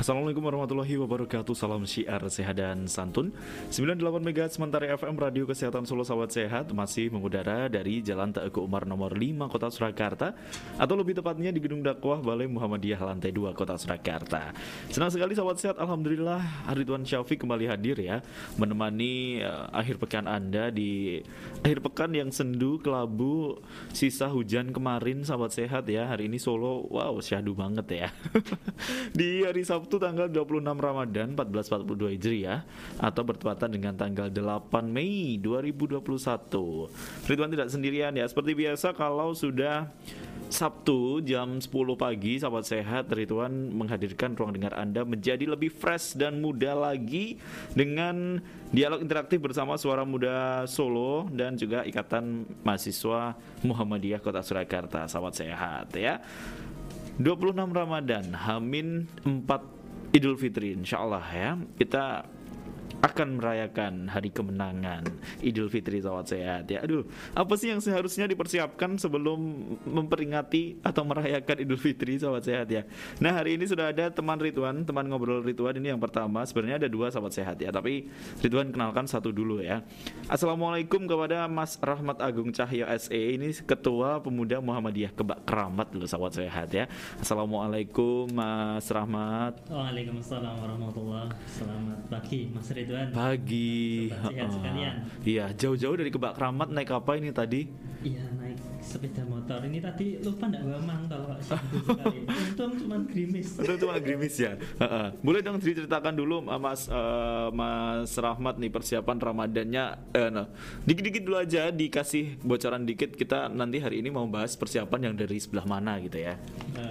Assalamualaikum warahmatullahi wabarakatuh. Salam syiar sehat dan santun. 98 MHz Mentari FM Radio Kesehatan Solo Sahabat Sehat masih mengudara dari Jalan Teguh Umar nomor 5 Kota Surakarta, atau lebih tepatnya di Gedung Dakwah Balai Muhammadiyah lantai 2 Kota Surakarta. Senang sekali Sahabat Sehat, alhamdulillah Ridwan Syafiq kembali hadir ya, menemani akhir pekan Anda di akhir pekan yang sendu, kelabu, sisa hujan kemarin Sahabat Sehat ya. Hari ini Solo wow syahdu banget ya. Di hari Sabtu tanggal 26 Ramadan 1442 Hijriah atau bertepatan dengan tanggal 8 Mei 2021. Ridwan tidak sendirian ya. Seperti biasa kalau sudah Sabtu jam 10 pagi Sahabat Sehat, Ridwan menghadirkan ruang dengar Anda menjadi lebih fresh dan muda lagi dengan dialog interaktif bersama Suara Muda Solo dan juga Ikatan Mahasiswa Muhammadiyah Kota Surakarta. Sahabat Sehat ya, 26 Ramadan, Hamin 4 Idul Fitri, insyaallah ya. Kita akan merayakan hari kemenangan Idul Fitri Sahabat Sehat ya. Aduh, apa sih yang seharusnya dipersiapkan sebelum memperingati atau merayakan Idul Fitri Sahabat Sehat ya. Nah, hari ini sudah ada teman Ridwan, teman ngobrol Ridwan ini yang pertama. Sebenarnya ada dua Sahabat Sehat ya, tapi Ridwan kenalkan satu dulu ya. Assalamualaikum kepada Mas Rahmat Agung Cahyo SE, ini Ketua Pemuda Muhammadiyah Kebak Keramat dulu Sahabat Sehat ya. Assalamualaikum Mas Rahmat. Waalaikumsalam warahmatullahi wabarakatuh. Selamat pagi Mas Ridwan. Pagi. Iya, jauh-jauh dari Kebak Keramat naik apa ini tadi? Iya, naik sepeda motor. Ini tadi lupa enggak bawa mangkal Pak. Sekali. Untung cuma gerimis. Untung cuma gerimis ya. Boleh dong diceritakan dulu Mas Rahmat nih persiapan Ramadannya. Dikit-dikit dulu aja, dikasih bocoran dikit. Kita nanti hari ini mau bahas persiapan yang dari sebelah mana gitu ya.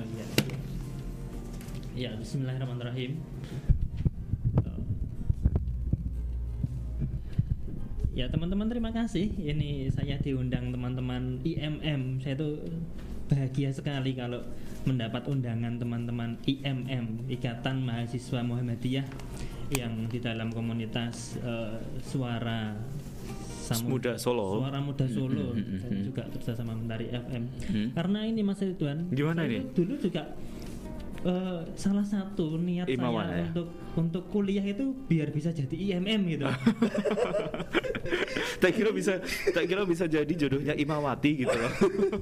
Ya, bismillahirrahmanirrahim. Ya teman-teman, terima kasih. Ini saya diundang teman-teman IMM. Saya tuh bahagia sekali kalau mendapat undangan teman-teman IMM, Ikatan Mahasiswa Muhammadiyah, yang di dalam komunitas Suara Muda Solo. Suara Muda Solo. Dan juga kerjasama Mentari FM. Karena ini Mas Ridwan, gimana ini? Dulu juga salah satu niat Imawan, saya ya? untuk kuliah itu biar bisa jadi IMM gitu. Tak kira bisa jadi jodohnya Imawati gitu loh.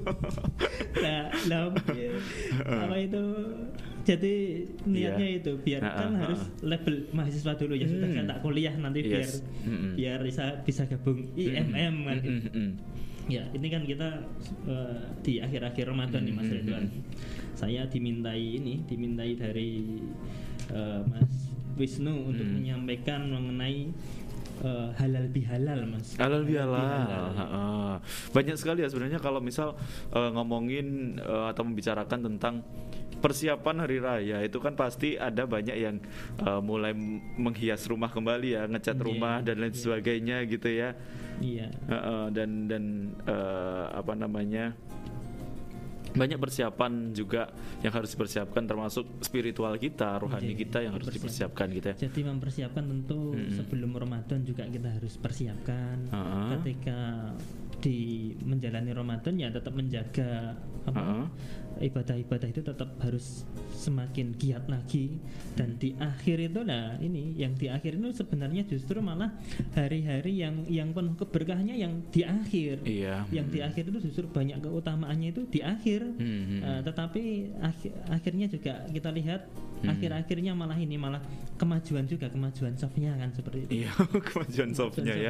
Apa itu? Jadi niatnya itu biar kan harus label mahasiswa dulu ya, sudah saya tak kuliah nanti biar bisa gabung IMM kan gitu. Ya, ini kan kita di akhir-akhir Ramadan nih Mas Ridwan. Saya dimintai dari Mas Wisnu untuk menyampaikan mengenai halal bihalal Mas. Halal bihalal. Banyak sekali ya sebenarnya kalau misal ngomongin atau membicarakan tentang persiapan hari raya itu kan pasti ada banyak yang mulai menghias rumah kembali ya, ngecat rumah dan lain sebagainya gitu ya. Iya. Dan apa namanya, banyak persiapan juga yang harus dipersiapkan, termasuk spiritual kita, rohani kita yang harus dipersiapkan gitu ya. Jadi mempersiapkan tentu sebelum Ramadan juga kita harus persiapkan. Ketika di menjalani Ramadan ya tetap menjaga ibadah-ibadah itu tetap harus semakin giat lagi. Dan di akhir itu yang di akhir itu sebenarnya justru malah hari-hari yang penuh keberkahannya yang di akhir. Yang di akhir itu justru banyak keutamaannya itu di akhir. Tetapi akhirnya juga kita lihat akhir-akhirnya malah kemajuan softnya kan seperti itu. Iya, kemajuan softnya ya.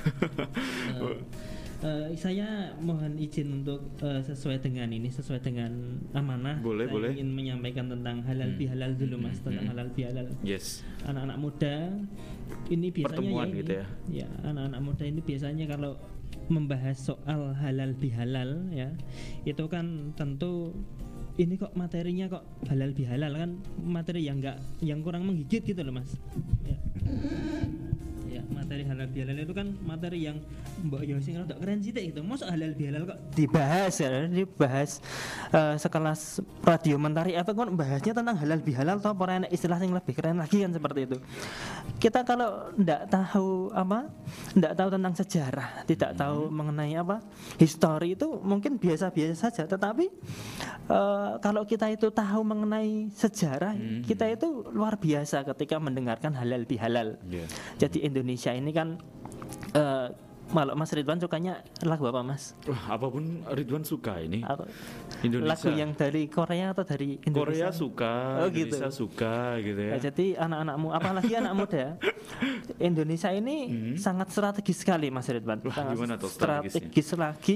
Saya mohon izin untuk sesuai dengan amanah. Boleh. Ingin menyampaikan tentang halal bihalal dulu Mas, tentang halal bihalal. Yes. Anak-anak muda ini biasanya pertemuan gitu ya. Ya, anak-anak muda ini biasanya kalau membahas soal halal bihalal ya, itu kan tentu ini kok materinya kok halal bihalal, kan materi yang kurang menggigit gitu loh Mas. Ya, materi halal bihalal itu kan materi yang mbok yo sing rada keren sithik gitu. Mosok halal bihalal kok dibahas sekelas radio Mentari FM kan bahasnya tentang halal bihalal atau ora enak istilah yang lebih keren lagi kan seperti itu. Kita kalau ndak tahu tentang sejarah, tidak tahu mengenai histori itu mungkin biasa-biasa saja, tetapi kalau kita itu tahu mengenai sejarah, kita itu luar biasa ketika mendengarkan halal bihalal. Jadi Indonesia ini kan malah Mas Ridwan sukanya lagu apa Mas? Apapun Ridwan suka ini. Indonesia. Lagu yang dari Korea atau dari Indonesia? Korea suka, Indonesia gitu. Suka gitu ya. Jadi anak-anakmu, apalagi anak muda, Indonesia ini sangat strategis sekali Mas Ridwan. Gimana tuh strategis lagi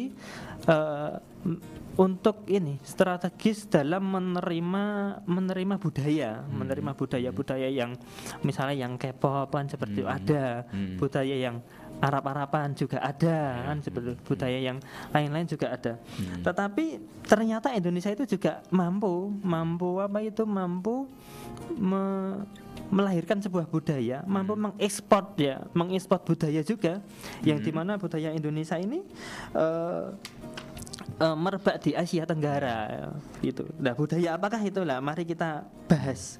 untuk ini strategis dalam menerima budaya yang misalnya yang K-pop seperti itu ada, budaya yang Arab-Araban juga ada kan seperti budaya yang lain-lain juga ada. Tetapi ternyata Indonesia itu juga mampu melahirkan sebuah budaya, mampu mengekspor budaya juga yang dimana budaya Indonesia ini merebak di Asia Tenggara gitu. Nah, budaya apakah itulah? Mari kita bahas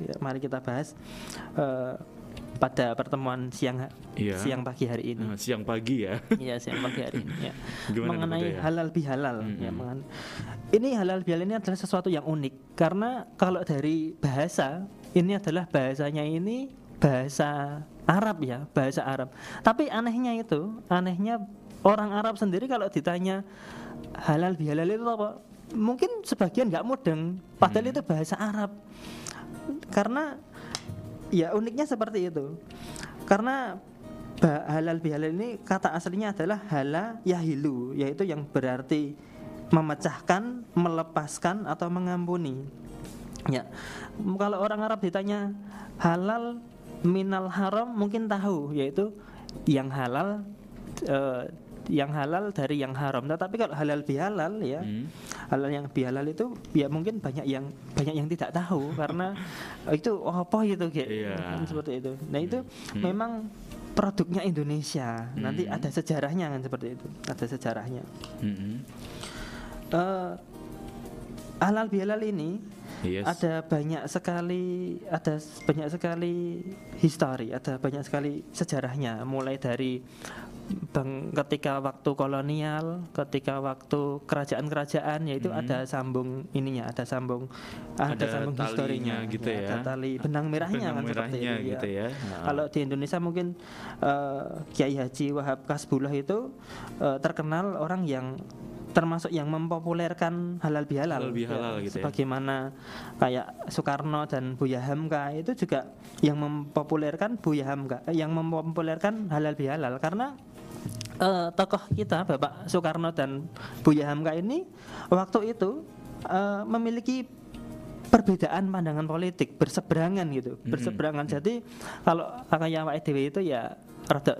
pada pertemuan siang pagi hari ini. Siang pagi ya. Iya, siang pagi hari ini ya. Mengenai halal bihalal ya, ini halal bihalal ini adalah sesuatu yang unik karena kalau dari bahasa ini adalah bahasanya ini bahasa Arab ya, bahasa Arab. Tapi anehnya orang Arab sendiri kalau ditanya halal bihalal itu apa? Mungkin sebagian enggak mudeng, padahal itu bahasa Arab. Karena ya uniknya seperti itu. Karena halal bihalal ini kata aslinya adalah hala yahilu, yaitu yang berarti memecahkan, melepaskan atau mengampuni. Ya. Kalau orang Arab ditanya halal minal haram mungkin tahu, yaitu yang halal dari yang haram. Tetapi kalau halal bihalal ya, halal yang bihalal itu ya mungkin banyak yang tidak tahu karena itu apa gitu seperti itu. Nah itu memang produknya Indonesia. Nanti ada sejarahnya kan seperti itu. Ada sejarahnya. Halal bihalal ini ada banyak sekali histori, ada banyak sekali sejarahnya, mulai dari ketika waktu kolonial, ketika waktu kerajaan-kerajaan, yaitu ada sambung historinya gitu ya. Ada tali benang merahnya kan seperti itu gitu ya. Kalau di Indonesia mungkin Kiai Haji Wahab Kasbullah itu terkenal orang yang termasuk yang mempopulerkan halal bihalal gitu sebagaimana kayak Soekarno dan Buya Hamka itu juga yang mempopulerkan halal bihalal karena tokoh kita Bapak Soekarno dan Buya Hamka ini waktu itu memiliki perbedaan pandangan politik, berseberangan gitu, berseberangan. Jadi kalau kayak Pak EDW itu ya rada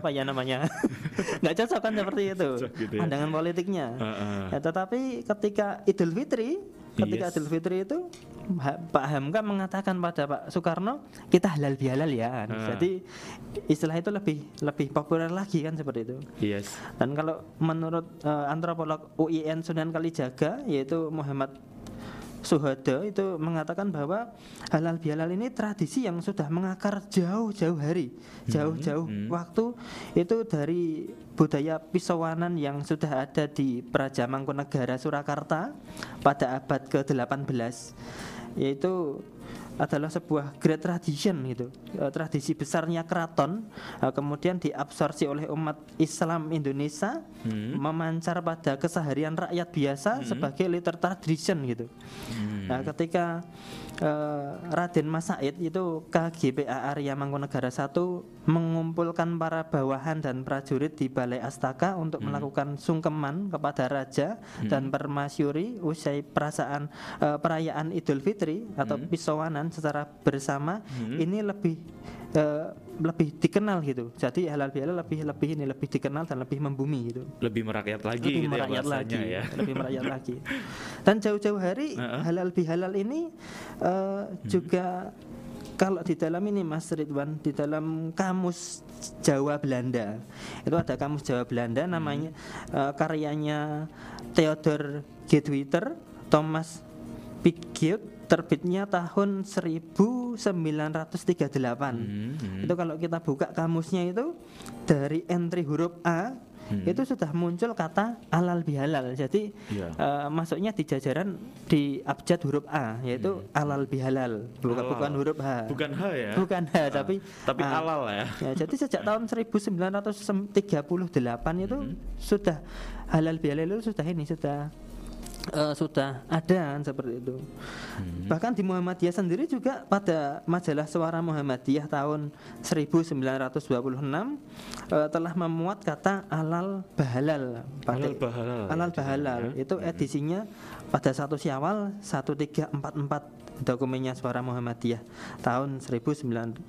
nggak cocok kan seperti itu pandangan politiknya. Ya, tetapi ketika Idul Fitri itu Pak Hamka mengatakan pada Pak Soekarno kita halal bihalal ya. Jadi istilah itu lebih populer lagi kan seperti itu. Dan kalau menurut antropolog UIN Sunan Kalijaga yaitu Muhammad Suhada itu mengatakan bahwa halal bihalal ini tradisi yang sudah mengakar jauh-jauh waktu, itu dari budaya pisauanan yang sudah ada di Praja Mangkunegara Surakarta pada abad ke-18, yaitu adalah sebuah great tradition gitu, tradisi besarnya keraton, kemudian diabsorpsi oleh umat Islam Indonesia, memancar pada keseharian rakyat biasa sebagai liter tradition gitu. Nah, ketika Raden Mas Said itu KGPA Arya Mangkunegara I mengumpulkan para bawahan dan prajurit di Balai Astaka untuk melakukan sungkeman kepada raja dan permasyuri usai perayaan Idul Fitri atau pisauanan secara bersama, ini lebih dikenal gitu. Jadi halal bihalal lebih dikenal dan lebih membumi gitu. Lebih merakyat lagi lebih merakyat lagi. Dan jauh-jauh hari halal bihalal ini juga kalau di dalam ini Mas Ridwan, di dalam kamus Jawa Belanda itu ada kamus Jawa Belanda namanya karyanya Theodor Gedwitter, Thomas Piggott, terbitnya tahun 1938. Itu kalau kita buka kamusnya itu dari entry huruf A itu sudah muncul kata halal bihalal. Jadi masuknya di jajaran di abjad huruf A, yaitu halal bihalal, bukan huruf H. Bukan H ya? Bukan H, tapi halal ya. Jadi sejak tahun 1938 itu sudah halal bihalal itu sudah ada seperti itu. Bahkan di Muhammadiyah sendiri juga pada majalah Suara Muhammadiyah tahun 1926 telah memuat kata halal bahalal. Halal bahalal itu edisinya pada 1 Syawal 1344 dokumennya Suara Muhammadiyah tahun 1924.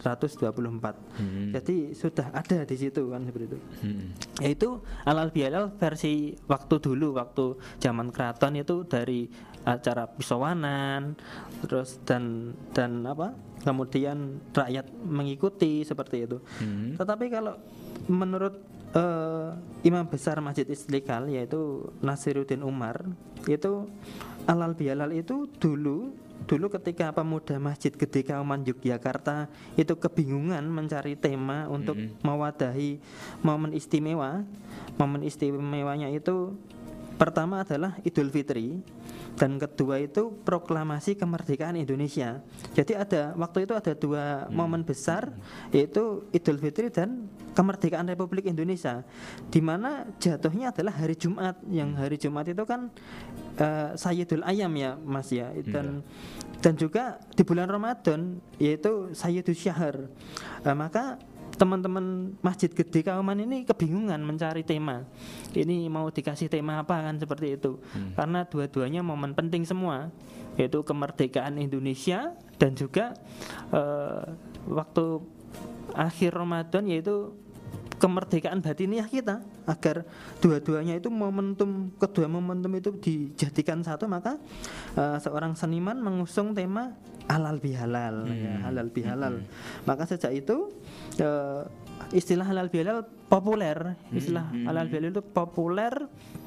Jadi sudah ada di situ kan seperti itu. Yaitu halal bihalal versi waktu dulu, waktu zaman keraton itu dari acara pisawanan terus dan apa kemudian rakyat mengikuti seperti itu. Tetapi kalau menurut Imam Besar Masjid Istiqlal yaitu Nasiruddin Umar, itu halal bihalal itu dulu ketika pemuda Masjid Gede Kauman Yogyakarta itu kebingungan mencari tema untuk mewadahi momen istimewa. Momen istimewanya itu pertama adalah Idul Fitri dan kedua itu proklamasi kemerdekaan Indonesia. Jadi waktu itu ada dua momen besar, yaitu Idul Fitri dan kemerdekaan Republik Indonesia, di mana jatuhnya adalah hari Jumat. Yang hari Jumat itu kan Sayyidul Ayam ya Mas ya, dan juga di bulan Ramadan yaitu Sayyidul Syahr. Maka teman-teman Masjid Gede Kauman ini kebingungan mencari tema. Ini mau dikasih tema apa kan seperti itu. Karena dua-duanya momen penting semua, yaitu kemerdekaan Indonesia dan juga waktu akhir Ramadan yaitu kemerdekaan batiniah kita, agar dua-duanya itu kedua momentum itu dijadikan satu. Maka seorang seniman mengusung tema halal bihalal halal bihalal. Maka sejak itu istilah halal bihalal populer. Istilah halal bihalal itu populer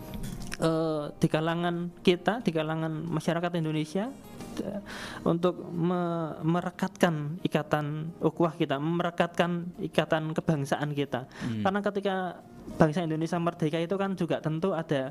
di kalangan kita, di kalangan masyarakat Indonesia, untuk merekatkan ikatan ukhuwah kita, merekatkan ikatan kebangsaan kita. Karena ketika bangsa Indonesia merdeka itu kan juga tentu ada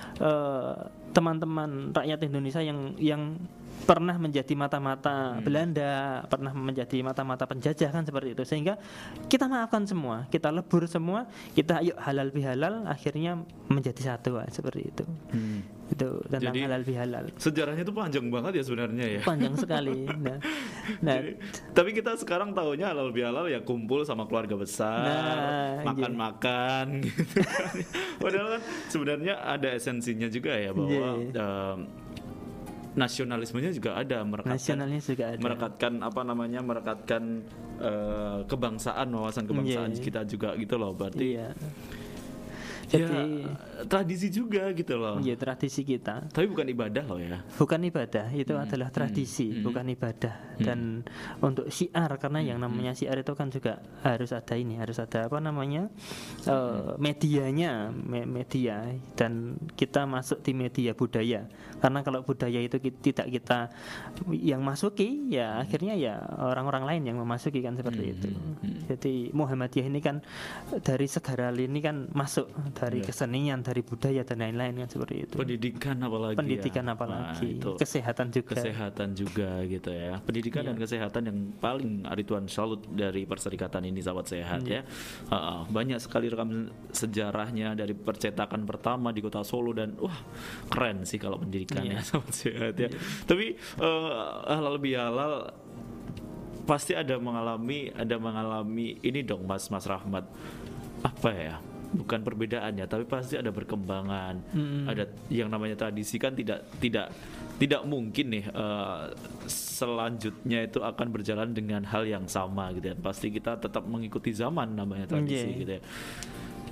teman-teman rakyat Indonesia yang pernah menjadi mata-mata Belanda, pernah menjadi mata-mata penjajah kan seperti itu. Sehingga kita maafkan semua, kita lebur semua, kita yuk halal bihalal, akhirnya menjadi satu seperti itu. Itu tentang jadi, halal bihalal. Sejarahnya itu panjang banget ya sebenarnya ya. Panjang sekali. Jadi, tapi kita sekarang tahunya halal bihalal ya kumpul sama keluarga besar, makan-makan gitu. Padahal kan sebenarnya ada esensinya juga ya bahwa nasionalismenya juga ada, merekatkan kebangsaan, wawasan kebangsaan kita juga gitu loh. Berarti jadi tradisi juga gitu loh. Iya, tradisi kita. Tapi bukan ibadah loh ya. Bukan ibadah, itu adalah tradisi, bukan ibadah. Dan untuk syiar, karena yang namanya syiar itu kan juga harus ada medianya, media, dan kita masuk di media budaya. Karena kalau budaya itu tidak kita yang masuki, ya akhirnya ya orang-orang lain yang memasuki kan seperti itu. Jadi Muhammadiyah ini kan dari segara ini kan masuk dari kesenian, dari budaya dan lain-lain kan seperti itu. Pendidikan apalagi, nah, kesehatan juga gitu ya. Pendidikan dan kesehatan yang paling Ridwan salut dari Perserikatan ini, sahabat sehat ya. Banyak sekali rekam sejarahnya dari percetakan pertama di Kota Solo, dan keren sih kalau pendidikannya sahabat sehat ya. Tapi halal bihalal pasti ada mengalami ini dong Mas Rahmat, apa ya, bukan perbedaannya tapi pasti ada perkembangan. Ada yang namanya tradisi kan tidak mungkin nih selanjutnya itu akan berjalan dengan hal yang sama gitu ya. Pasti kita tetap mengikuti zaman, namanya tradisi gitu ya.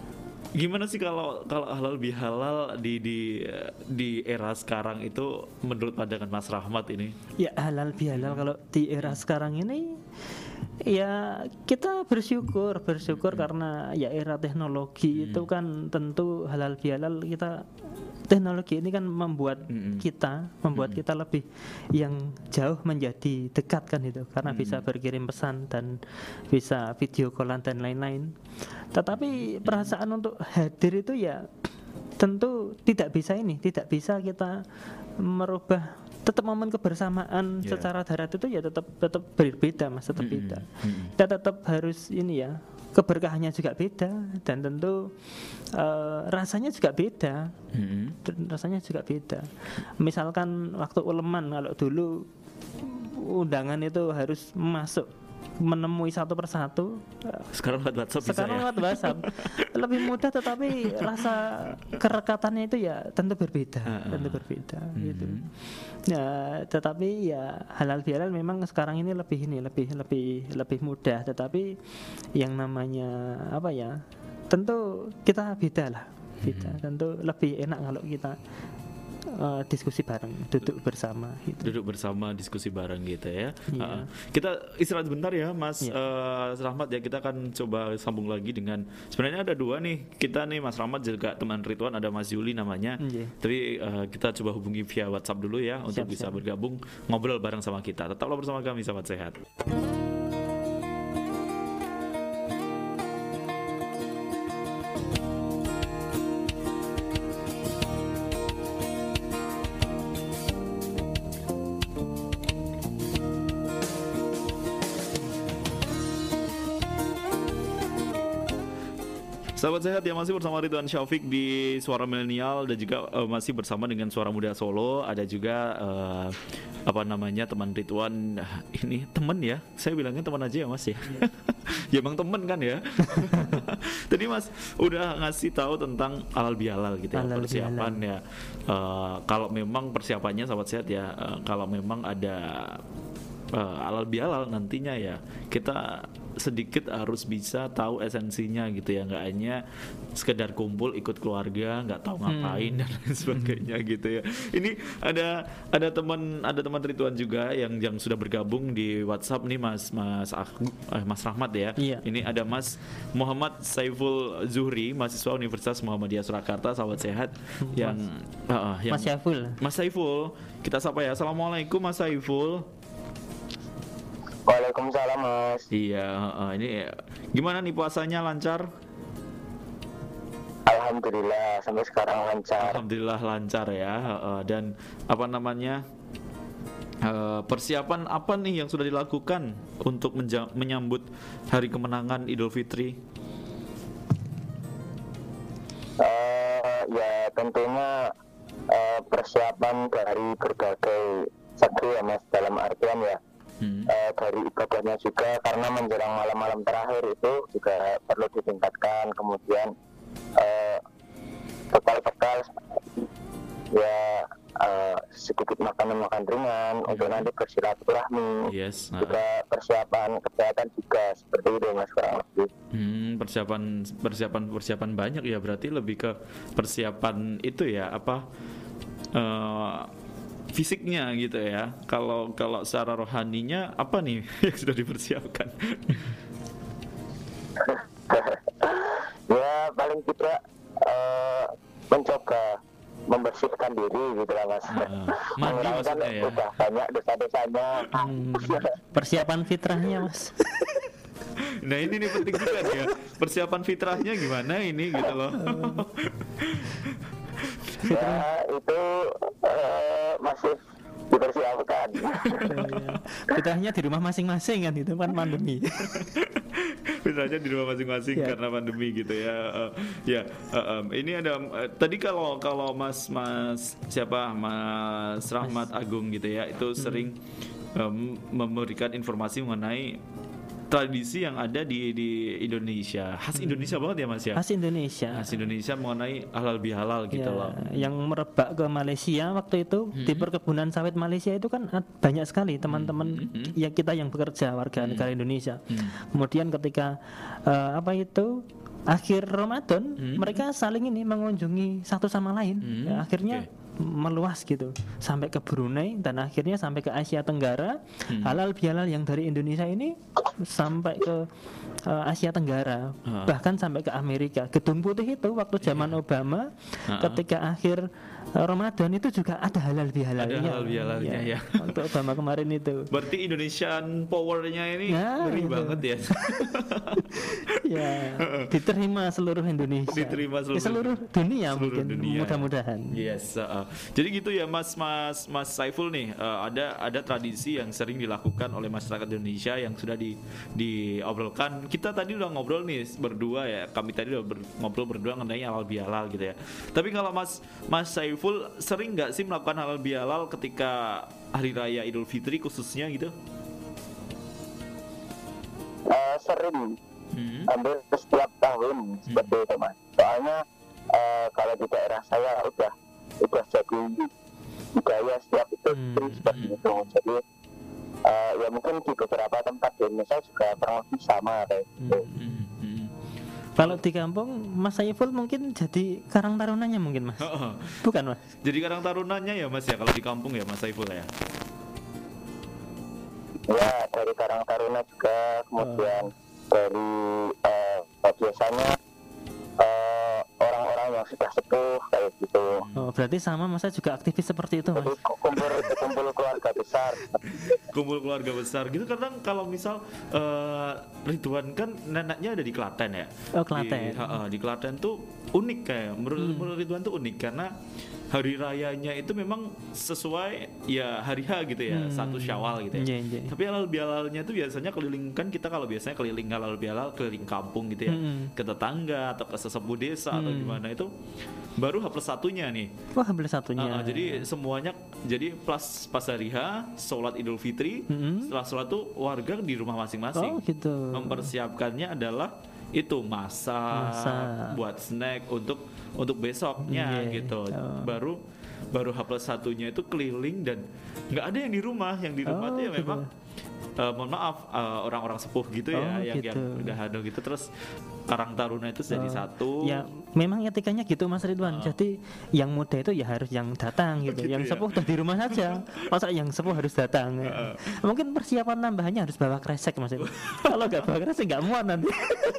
Gimana sih kalau halal bihalal di era sekarang itu menurut pandangan Mas Rahmat ini? Ya halal bihalal kalau di era sekarang ini ya kita bersyukur karena ya era teknologi itu kan tentu halal bihalal teknologi ini kan membuat kita lebih yang jauh menjadi dekat kan itu karena bisa berkirim pesan dan bisa video callan dan lain-lain. Tetapi perasaan untuk hadir itu ya tentu tidak bisa kita merubah tetap momen kebersamaan secara darat itu ya tetap berbeda Mas, tetap beda. Kita tetap harus ini ya, keberkahannya juga beda dan tentu rasanya juga beda. Rasanya juga beda. Misalkan waktu uleman kalau dulu undangan itu harus masuk menemui satu persatu. Sekarang lewat WhatsApp lewat WhatsApp. Lebih mudah tetapi rasa kerekatannya itu ya tentu berbeda gitu. Ya, tetapi ya halal bihalal memang sekarang ini lebih mudah, tetapi yang namanya apa ya? Tentu kita beda. Tentu lebih enak kalau kita diskusi bareng, duduk bersama diskusi bareng gitu ya. Kita istirahat sebentar ya Mas Rahmat ya, kita akan coba sambung lagi dengan, sebenarnya ada dua nih kita nih, Mas Rahmat juga teman Ridwan, ada Mas Yuli namanya. Tapi kita coba hubungi via WhatsApp dulu ya untuk bisa bergabung ngobrol bareng sama kita. Tetaplah bersama kami sahabat sehat. Sahabat sehat yang masih bersama Ridwan Syafiq di Suara Milenial dan juga masih bersama dengan Suara Muda Solo. Ada juga teman Ridwan ini teman ya, saya bilangnya teman aja ya Mas ya. Ya emang teman kan ya. Tadi Mas udah ngasih tahu tentang halal bihalal gitu ya, persiapan ya. Kalau memang persiapannya sahabat sehat ya, kalau memang ada halal bihalal nantinya ya kita sedikit harus bisa tahu esensinya gitu ya, nggak hanya sekedar kumpul ikut keluarga nggak tahu ngapain dan lain sebagainya gitu ya. Ini ada teman Ridwan juga yang sudah bergabung di WhatsApp nih Mas Rahmat ya. Ini ada Mas Muhammad Saiful Zuhri, mahasiswa Universitas Muhammadiyah Surakarta, sahabat sehat yang Mas Saiful kita sapa ya. Assalamualaikum Mas Saiful. Waalaikumsalam Mas. Iya, ini gimana nih puasanya, lancar? Alhamdulillah sampai sekarang lancar. Alhamdulillah lancar ya. Dan persiapan apa nih yang sudah dilakukan untuk menyambut hari kemenangan Idul Fitri? Ya tentunya persiapan dari berbagai segi ya Mas, dalam artian ya dari ibadahnya juga, karena menjelang malam-malam terakhir itu juga perlu ditingkatkan, kemudian bekal-bekal ya sedikit makan ringan untuk nanti bersilaturahmi. Juga persiapan kesehatan juga seperti itu Mas kurang lebih. Persiapan banyak ya, berarti lebih ke persiapan itu ya fisiknya gitu ya. Kalau secara rohaninya apa nih yang sudah dipersiapkan? Ya paling tidak mencoba membersihkan diri gitu lah Mas. Mandi maksudnya ya. Udah banyak dosa-dosanya. Persiapan fitrahnya Mas. Nah ini nih penting juga ya. Persiapan fitrahnya gimana ini gitu loh. Ya itu masih dipersiapkan. Fitrahnya di rumah masing-masing kan, itu kan pandemi. Fitrahnya di rumah masing-masing karena pandemi gitu ya. Ini ada tadi kalau Mas Rahmat Agung gitu ya, itu sering memberikan informasi mengenai tradisi yang ada di Indonesia, khas Indonesia banget ya Mas ya. Khas Indonesia mengenai halal bihalal gitu loh. Yang merebak ke Malaysia waktu itu di perkebunan sawit Malaysia itu kan banyak sekali teman-teman yang bekerja warga negara Indonesia. Kemudian ketika akhir Ramadan mereka saling ini mengunjungi satu sama lain. Ya, akhirnya meluas gitu sampai ke Brunei dan akhirnya sampai ke Asia Tenggara. Halal bihalal yang dari Indonesia ini sampai ke Asia Tenggara, bahkan sampai ke Amerika. Gedung Putih itu waktu zaman Obama ketika akhir Ramadan itu juga ada halal bihalalnya. Ada halal bihalalnya ya. Untuk Obama kemarin itu. Berarti Indonesian powernya ini ngeri banget ya. Ya, diterima seluruh Indonesia. Diterima seluruh dunia seluruh mungkin dunia, mudah-mudahan. Yes. Jadi gitu ya Mas Saiful nih, ada tradisi yang sering dilakukan oleh masyarakat Indonesia yang sudah diobrolkan. Kita tadi udah ngobrol nih berdua ya. Kami tadi udah ngobrol berdua mengenai halal bihalal gitu ya. Tapi kalau Mas Saiful sering nggak sih melakukan halal bihalal ketika hari raya Idul Fitri khususnya gitu? Sering, hampir setiap tahun seperti itu Mas. Soalnya kalau di daerah saya udah jadi budaya setiap itu seperti itu. Jadi ya mungkin di beberapa tempat di Indonesia juga kurang lebih sama kayak gitu. Kalau di kampung Mas Saiful mungkin jadi Karang Tarunanya mungkin Mas. Bukan Mas? Jadi Karang Tarunanya ya Mas ya kalau di kampung ya Mas Saiful ya. Ya dari Karang Taruna juga, kemudian dari biasanya orang-orang yang sudah sepuh kayak gitu. Oh, berarti sama Mas, saya juga aktivis seperti itu Mas. Jadi kumpul keluarga besar. Kumpul keluarga besar gitu. Kadang kalau misal Ridwan kan neneknya ada di Klaten ya. Oh, Klaten. Di Klaten tuh unik kayak menurut Ridwan tuh unik karena hari rayanya itu memang sesuai ya hari H gitu ya, 1 Syawal gitu ya. Tapi halal bihalalnya itu biasanya keliling, kan kita kalau biasanya keliling halal bihalal keliling kampung gitu ya, ke tetangga atau ke sesepuh desa atau gimana, itu baru H+1-nya nih. Wah, H+1-nya. Jadi semuanya, jadi pas hari H sholat Idul Fitri, setelah sholat tuh warga di rumah masing-masing. Oh, gitu. Mempersiapkannya adalah itu masak buat snack untuk besoknya gitu. Baru H+1-nya itu keliling dan nggak ada yang di rumah. Yang di rumah tuh ya memang mohon maaf orang-orang sepuh gitu ya, yang udah ada gitu. Terus Karang Taruna itu jadi satu. Ya memang etikanya gitu Mas Ridwan. Jadi yang muda itu ya harus yang datang gitu. Yang sepuh udah di rumah saja. Masa yang sepuh harus datang. Mungkin persiapan tambahannya harus bawa kresek Mas. Kalau nggak bawa kresek nggak muat nanti.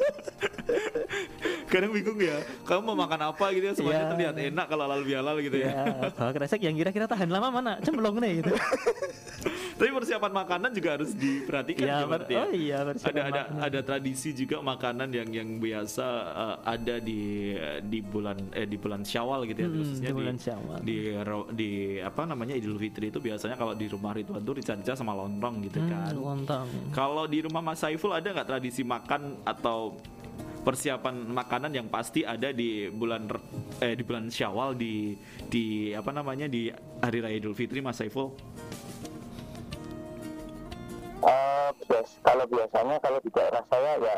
Kadang bingung ya, kamu mau makan apa gitu ya, semuanya terlihat enak kalau halal bihalal gitu ya. Bawa kresek yang kira-kira tahan lama mana, cemplung nih gitu. Tapi persiapan makanan juga harus diperhatikan ya. Ada tradisi juga makanan yang biasa ada di bulan Syawal gitu ya, khususnya di bulan Syawal. Di apa namanya Idul Fitri itu biasanya kalau di rumah Ridwan tuh rica-rica sama lontong gitu kan. Lontong. Apa? Kalau di rumah Mas Saiful ada nggak tradisi makan atau persiapan makanan yang pasti ada di bulan Syawal di apa namanya di hari raya Idul Fitri Mas Saiful? Kalau biasanya kalau di daerah saya ya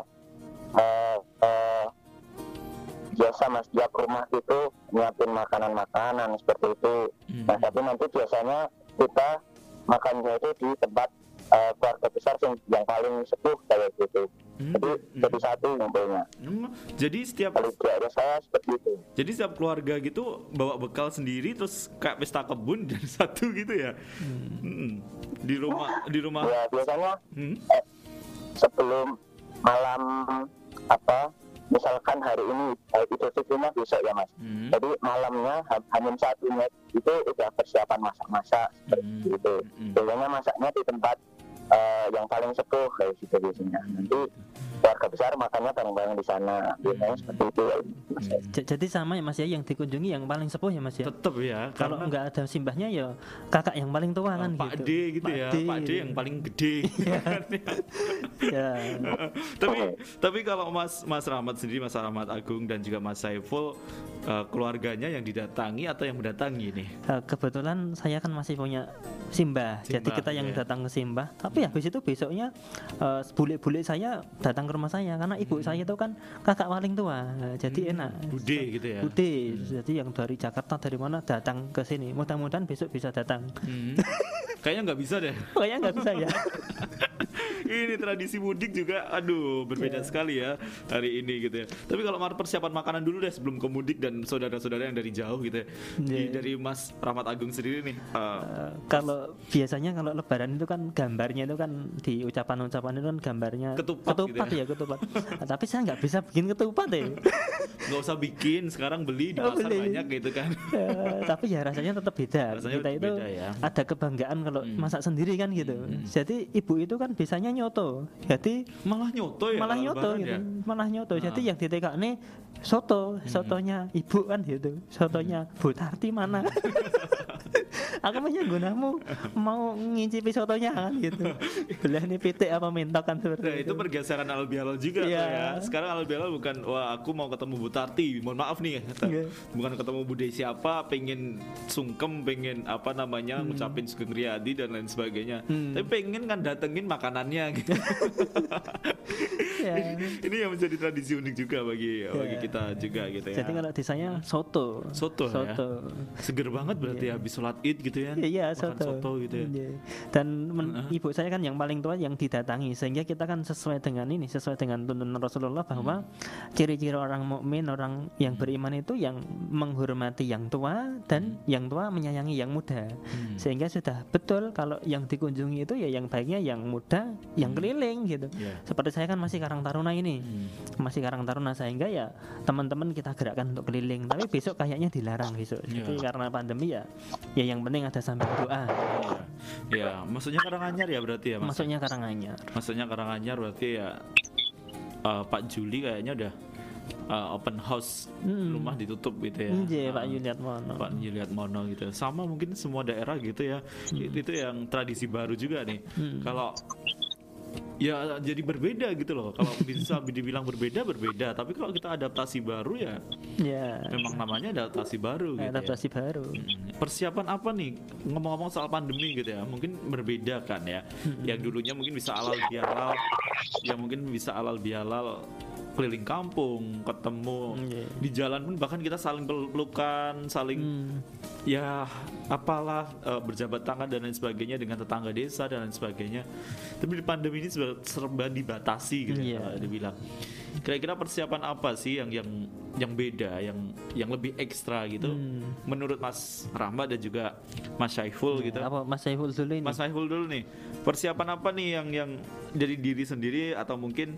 biasa Mas, tiap rumah itu nyiapin makanan seperti itu. Nah tapi nanti biasanya kita makannya itu di tempat keluarga besar yang paling sepuh kayak gitu. Jadi satu ngumpulnya. Jadi setiap keluarga saya seperti itu. Jadi setiap keluarga gitu bawa bekal sendiri terus kayak pesta kebun dan satu gitu ya. Di rumah. Ya biasanya sebelum malam misalkan hari ini Idul Fitrinya besok ya Mas. Jadi malamnya H-1-nya itu udah persiapan masak-masak seperti itu. Biasanya masaknya di tempat yang paling sepuh kayak gitu biasanya. Nanti keluarga besar makannya bareng-bareng di sana. Biasanya seperti itu. Jadi sama ya Mas ya, yang dikunjungi yang paling sepuh ya Mas ya. Tetap ya. Kalau nggak ada simbahnya ya kakak yang paling tua kan Pak gitu. D gitu ya. Pak D yang paling gede. Tapi kalau Mas Rahmat sendiri, Mas Rahmat Agung dan juga Mas Saiful, keluarganya yang didatangi atau yang mendatangi nih? Kebetulan saya kan masih punya simbah. Jadi kita yang datang ke simbah. Tapi habis itu besoknya bule-bule saya datang ke rumah saya karena ibu saya itu kan kakak paling tua. Jadi enak. Bude gitu ya. Bude. Jadi yang dari Jakarta dari mana datang ke sini. Mudah-mudahan besok bisa datang. Kayaknya nggak bisa deh. Kayaknya nggak bisa ya. Ini tradisi mudik juga, aduh berbeda sekali ya hari ini gitu ya. Tapi kalau persiapan makanan dulu deh sebelum ke mudik dan saudara-saudara yang dari jauh gitu ya. Dari Mas Rahmat Agung sendiri nih. Kalau biasanya kalau Lebaran itu kan gambarnya itu kan di ucapan-ucapan itu kan gambarnya ketupat gitu ya. Ketupat. Nah, tapi saya nggak bisa bikin ketupat ya. Nggak usah bikin, sekarang beli di pasar banyak gitu kan. Tapi ya rasanya tetap beda. Rasanya kita itu beda ya. ada kebanggaan kalau masak sendiri kan gitu. Jadi ibu itu kan biasanya nyoto. Jadi malah nyoto ya. Malah nyoto. Jadi yang ditekakne sotonya ibu kan gitu. Sotonya Bu Tarti mana? Aku punya gunamu mau ngincipi sotonya kan gitu. Belah nih pitik apa mentok kan seperti nah, itu pergeseran Al Bihalal juga tuh ya. Sekarang Al Bihalal bukan wah aku mau ketemu Bu Tarti, mohon maaf nih bukan ketemu Bu Desi apa, pengen sungkem, pengen apa namanya ngucapin Sugeng Riyadi dan lain sebagainya. Tapi pengen kan datengin makanannya gitu. Ini yang menjadi tradisi unik juga bagi kita juga gitu ya. Jadi kalau di saya soto. Ya. Seger banget berarti habis sholat Id gitu ya. Iya, soto gitu ya. Dan ibu saya kan yang paling tua yang didatangi, sehingga kita kan sesuai dengan tuntunan Rasulullah bahwa ciri-ciri orang mukmin, orang yang beriman itu yang menghormati yang tua dan yang tua menyayangi yang muda. Sehingga sudah betul kalau yang dikunjungi itu ya yang baiknya yang muda, yang keliling gitu. Seperti saya kan masih Karang Taruna ini. Masih Karang Taruna, sehingga ya teman-teman kita gerakkan untuk keliling, tapi besok kayaknya dilarang besok. Jadi karena pandemi ya yang penting ada sambil doa. Ya, maksudnya Karanganyar ya berarti ya, Mas? Maksudnya Karanganyar berarti ya Pak Juli kayaknya udah open house, rumah ditutup gitu ya. Pak Yuliat Mono gitu. Sama mungkin semua daerah gitu ya. Itu yang tradisi baru juga nih. Kalau ya jadi berbeda gitu loh. Kalau bisa dibilang berbeda, tapi kalau kita adaptasi baru ya memang namanya adaptasi baru gitu. Adaptasi baru. Persiapan apa nih ngomong-ngomong soal pandemi gitu ya? Mungkin berbeda kan ya. Yang dulunya mungkin bisa alal bihalal keliling kampung, ketemu di jalan pun bahkan kita saling pelukan, saling ya apalah berjabat tangan dan lain sebagainya dengan tetangga desa dan lain sebagainya. Tapi di pandemi ini serba dibatasi gitu dibilang. Kira-kira persiapan apa sih yang beda, yang lebih ekstra gitu menurut Mas Rahmat dan juga Mas Syaiful gitu? Apa Mas Syaiful dulu ini? Mas Syaiful dulu nih. Persiapan apa nih yang dari diri sendiri atau mungkin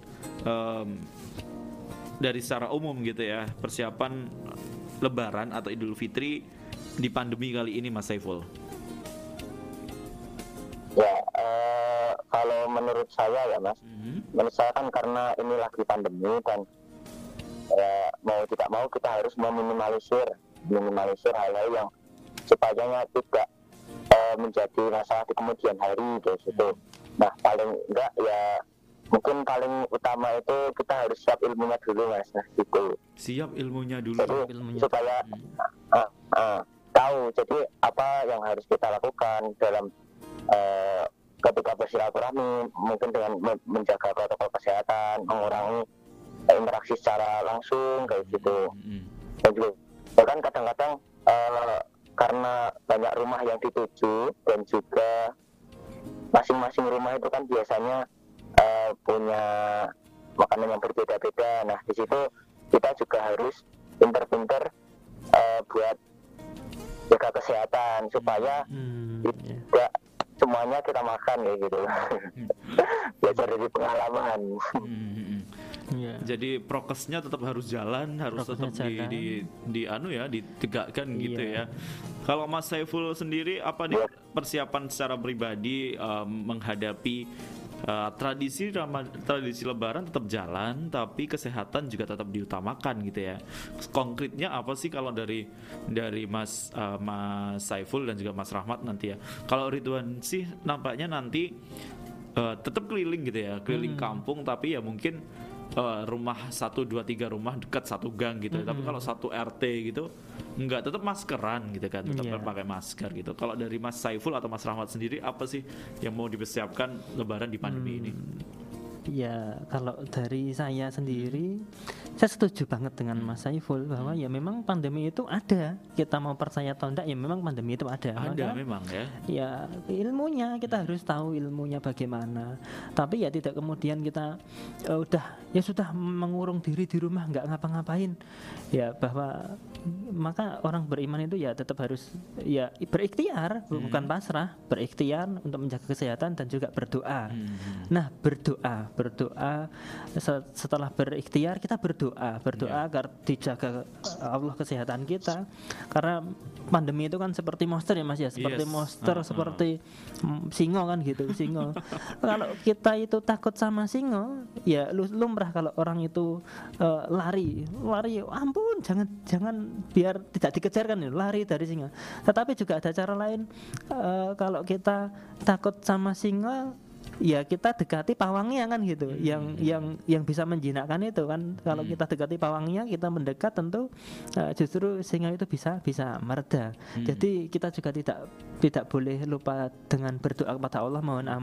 dari secara umum gitu ya, persiapan Lebaran atau Idul Fitri di pandemi kali ini, Mas Syaiful? Ya, kalau menurut saya ya Mas, menurut saya kan karena ini lagi pandemi dan mau tidak mau kita harus meminimalisir hal-hal yang supaya tidak menjadi masalah di kemudian hari gitu. Nah, paling enggak ya mungkin paling utama itu kita harus siap ilmunya dulu Mas. Nah, gitu. Siap ilmunya dulu. Jadi, supaya tahu jadi apa yang harus kita lakukan dalam ketika bersilaturahmi, mungkin dengan menjaga protokol kesehatan, mengurangi interaksi secara langsung kayak gitu. Dan juga bahkan kadang-kadang karena banyak rumah yang dituju dan juga masing-masing rumah itu kan biasanya punya makanan yang berbeda-beda. Nah, di situ kita juga harus pinter-pinter buat jaga kesehatan supaya tidak semuanya kita makan ya gitu. Belajar dari pengalaman. Jadi prokesnya tetap harus jalan, harus tetap ditegakkan gitu ya. Kalau Mas Syaiful sendiri apa nih persiapan secara pribadi menghadapi tradisi Lebaran tetap jalan, tapi kesehatan juga tetap diutamakan gitu ya. Konkretnya apa sih kalau dari Mas Syaiful dan juga Mas Rahmat nanti ya? Kalau Ridwan sih nampaknya nanti tetap keliling gitu ya, keliling kampung, tapi ya mungkin rumah 1, 2, 3 rumah dekat satu gang gitu. Tapi kalau satu RT gitu enggak, tetap maskeran gitu kan, tetap pakai masker gitu. Kalau dari Mas Syaiful atau Mas Rahmat sendiri apa sih yang mau dipersiapkan Lebaran di pandemi ini? Ya kalau dari saya sendiri, saya setuju banget dengan Mas Saiful bahwa ya memang pandemi itu ada. Kita mau percaya atau enggak, ya memang pandemi itu ada. Ada. Maka, memang ya. Ya ilmunya kita harus tahu ilmunya bagaimana. Tapi ya tidak kemudian kita sudah mengurung diri di rumah nggak ngapa-ngapain. Ya bahwa maka orang beriman itu ya tetap harus ya berikhtiar, bukan pasrah, berikhtiar untuk menjaga kesehatan dan juga berdoa. Nah berdoa setelah berikhtiar kita berdoa agar dijaga Allah kesehatan kita, karena pandemi itu kan seperti monster ya Mas ya, seperti monster, seperti singo kan gitu, singo. Kalau kita itu takut sama singo, ya lumrah kalau orang itu lari, ampun jangan biar tidak dikejar kan, lari dari singa. Tetapi juga ada cara lain, kalau kita takut sama singa, ya kita dekati pawangnya kan gitu, yang bisa menjinakkan itu kan. Kalau kita dekati pawangnya, kita mendekat, tentu justru singa itu bisa mereda. Jadi kita juga tidak boleh lupa dengan berdoa kepada Allah,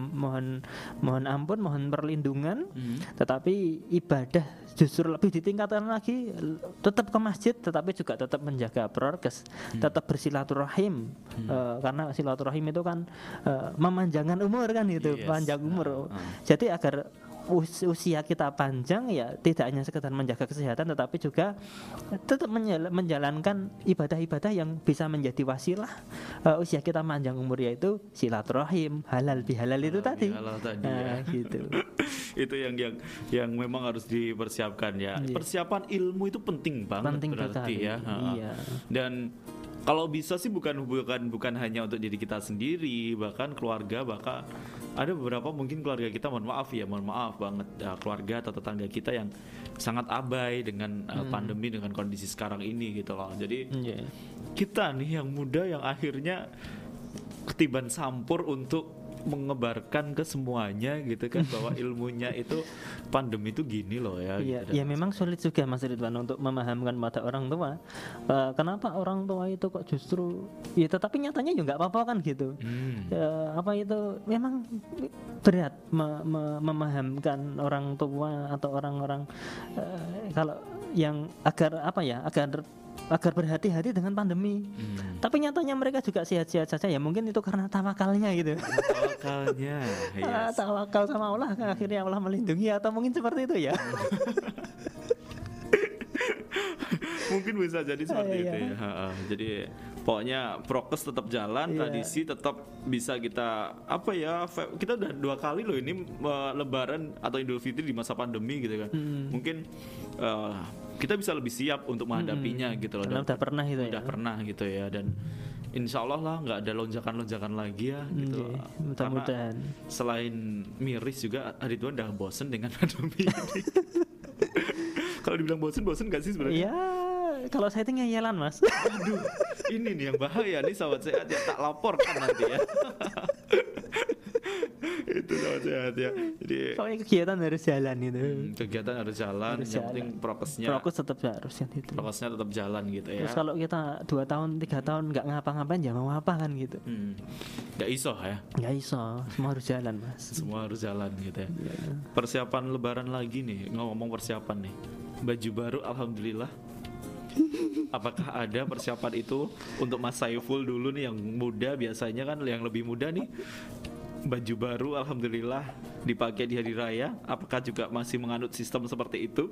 mohon ampun, mohon perlindungan. Tetapi ibadah justru lebih ditingkatkan lagi, tetap ke masjid, tetapi juga tetap menjaga prokes, tetap bersilaturahim, karena silaturahim itu kan memanjangkan umur kan gitu, panjang umur. Jadi agar usia kita panjang, ya tidak hanya sekedar menjaga kesehatan, tetapi juga tetap menjalankan ibadah-ibadah yang bisa menjadi wasilah usia kita panjang umur, yaitu silaturahim, halal bihalal itu tadi. Ya. Gitu. Itu yang memang harus dipersiapkan ya. Persiapan ilmu itu penting banget, berarti ya. Iya. Dan kalau bisa sih bukan hanya untuk diri kita sendiri, bahkan keluarga, bahkan ada beberapa mungkin keluarga kita, mohon maaf banget keluarga atau tetangga kita yang sangat abai dengan pandemi, dengan kondisi sekarang ini gitu loh. Jadi kita nih yang muda yang akhirnya ketiban sampur untuk mengebarkan ke semuanya gitu kan, bahwa ilmunya itu pandemi itu gini loh ya. Iya, gitu. Ya memang sulit juga Mas Ridwan untuk memahamkan pada orang tua. Kenapa orang tua itu kok justru ya, tetapi nyatanya juga nggak apa-apa kan gitu. Apa itu memang berat memahamkan orang tua atau orang-orang kalau yang agar berhati-hati dengan pandemi. Tapi nyatanya mereka juga sehat-sehat saja, ya mungkin itu karena tawakalnya gitu. Tawakalnya, yes. Tawakal sama Allah, akhirnya Allah melindungi, atau mungkin seperti itu ya. Mungkin bisa jadi seperti itu ya. Jadi pokoknya prokes tetap jalan, tradisi tetap bisa kita kita udah 2 kali loh ini Lebaran atau Idul Fitri di masa pandemi gitu kan. Mungkin kita bisa lebih siap untuk menghadapinya gitu loh. Karena udah pernah gitu ya. Udah pernah gitu ya, dan insya Allah lah nggak ada lonjakan-lonjakan lagi ya gitu. Mudah-mudahan. Karena selain miris juga Ridwan udah bosen dengan pandemi ini. Kalau dibilang bosen gak sih sebenarnya? Iya, kalau saya itu ngeyelan Mas. Aduh, ini nih yang bahaya nih sahabat sehat ya, tak laporkan nanti ya. Itu sahabat sehat ya. Jadi pokoknya kegiatan harus jalan itu. Kegiatan harus jalan, yang penting prokes tetap harus kan itu. Prokesnya tetap jalan gitu ya. Terus kalau kita 2 tahun 3 tahun nggak ngapa-ngapain, ya mau apa kan gitu. Nggak iso ya. Nggak iso, semua harus jalan Mas. Semua harus jalan gitu ya. Persiapan Lebaran lagi nih, ngomong persiapan nih. Baju baru alhamdulillah. Apakah ada persiapan itu untuk Mas Saiful dulu nih yang muda, biasanya kan yang lebih muda nih baju baru alhamdulillah dipakai di hari raya, apakah juga masih menganut sistem seperti itu?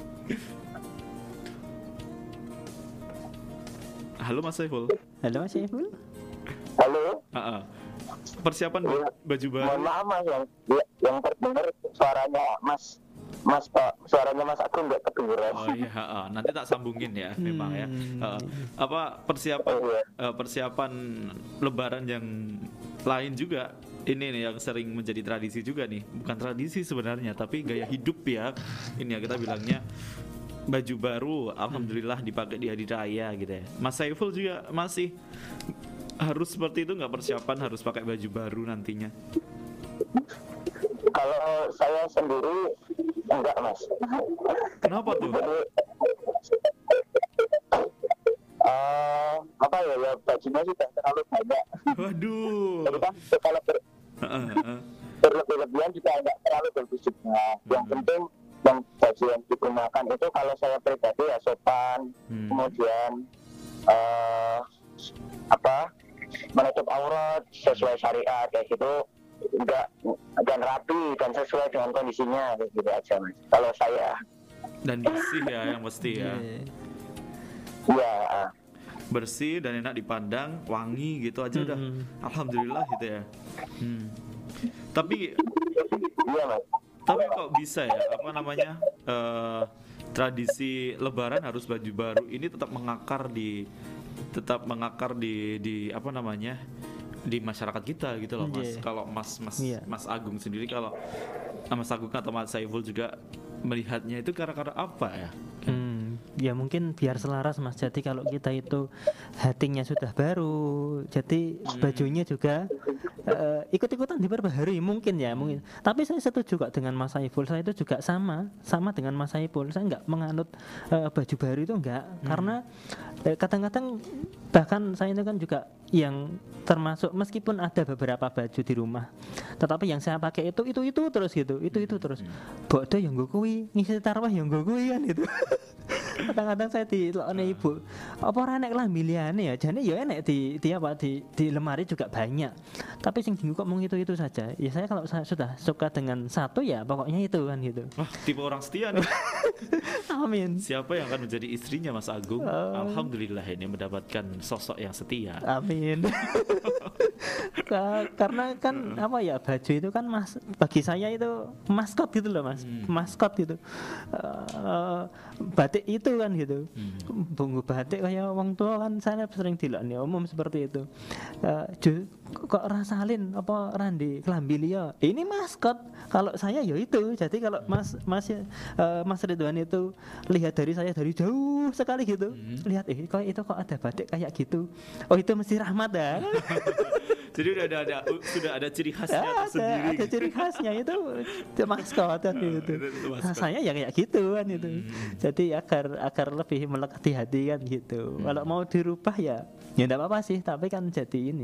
Halo Mas Saiful. Halo Mas Saiful. Halo. Persiapan baju baru. Mohon maaf Mas, yang terdengar suaranya suaranya Mas Agung nggak kedengeran. Oh iya, nanti tak sambungin ya, memang ya. Apa persiapan Lebaran yang lain juga ini nih yang sering menjadi tradisi juga nih, bukan tradisi sebenarnya tapi gaya hidup ya. Ini ya kita bilangnya baju baru, alhamdulillah dipakai di hari raya gitu ya. Mas Saiful juga masih harus seperti itu nggak, persiapan harus pakai baju baru nantinya? Kalau saya sendiri enggak Mas. Kenapa tuh? Ya bajunya sudah terlalu banyak. Waduh. Jadi kan kalau berlebihan berlebihan juga nggak terlalu bagus juga. Yang penting yang baju yang digunakan itu kalau saya pribadi ya sopan, kemudian menutup aurat sesuai syariat kayak gitu, enggak dan rapi dan sesuai dengan kondisinya kayak gitu aja Mas. Kalau saya dan bersih ya yang mesti ya. Iya. Bersih dan enak dipandang, wangi gitu aja udah. Alhamdulillah gitu ya. Tapi iya Mas. Tapi kok bisa ya tradisi Lebaran harus baju baru ini tetap mengakar di di masyarakat kita gitu loh Mas. Kalau Mas Agung sendiri, kalau Mas Agung atau Mas Saiful juga melihatnya itu karena apa ya? Ya mungkin biar selaras Mas. Jadi kalau kita itu hatinya sudah baru, jadi bajunya juga ikut-ikutan diperbaharui mungkin. Tapi saya setuju kok dengan Mas Saiful. Saya itu juga sama dengan Mas Saiful. Saya enggak menganut baju baru itu enggak, karena kadang-kadang bahkan saya itu kan juga yang termasuk meskipun ada beberapa baju di rumah, tetapi yang saya pakai itu terus gitu, itu terus. Bodoh yang gue kuwi, ngisi tarwah yang gue kuwi kan itu. Kadang-kadang saya dilokne ibu, apa ora enek klambi liyane ya, jane ya enek di lemari juga banyak. Tapi sing dienggo kok mung itu saja. Ya saya kalau saya sudah suka dengan satu ya pokoknya itu kan gitu. Wah, tipe orang setia nih. Amin. Siapa yang akan menjadi istrinya Mas Agung? Alhamdulillah ini mendapatkan sosok yang setia. Amin. Karena kan baju itu kan bagi saya itu maskot gitu loh Mas. Maskot gitu. Batik itu kan gitu. Bunggu batik kayak wong tua kan saya sering dilokne umum seperti itu. Kok rasalin apa randi klambi liya. Ini maskot. Kalau saya ya itu. Jadi kalau Mas Ridwan itu lihat dari saya dari jauh sekali gitu. Lihat kok ada batik kayak gitu. Oh itu mesti Rahmat ya. Jadi sudah ada ciri khasnya tersendiri. Ada ciri khasnya itu maskot kan gitu. Rasanya ya kayak gitu kan itu. Jadi agar lebih melekat di hati kan gitu. Kalau mau dirubah ya enggak apa-apa sih, tapi kan jadi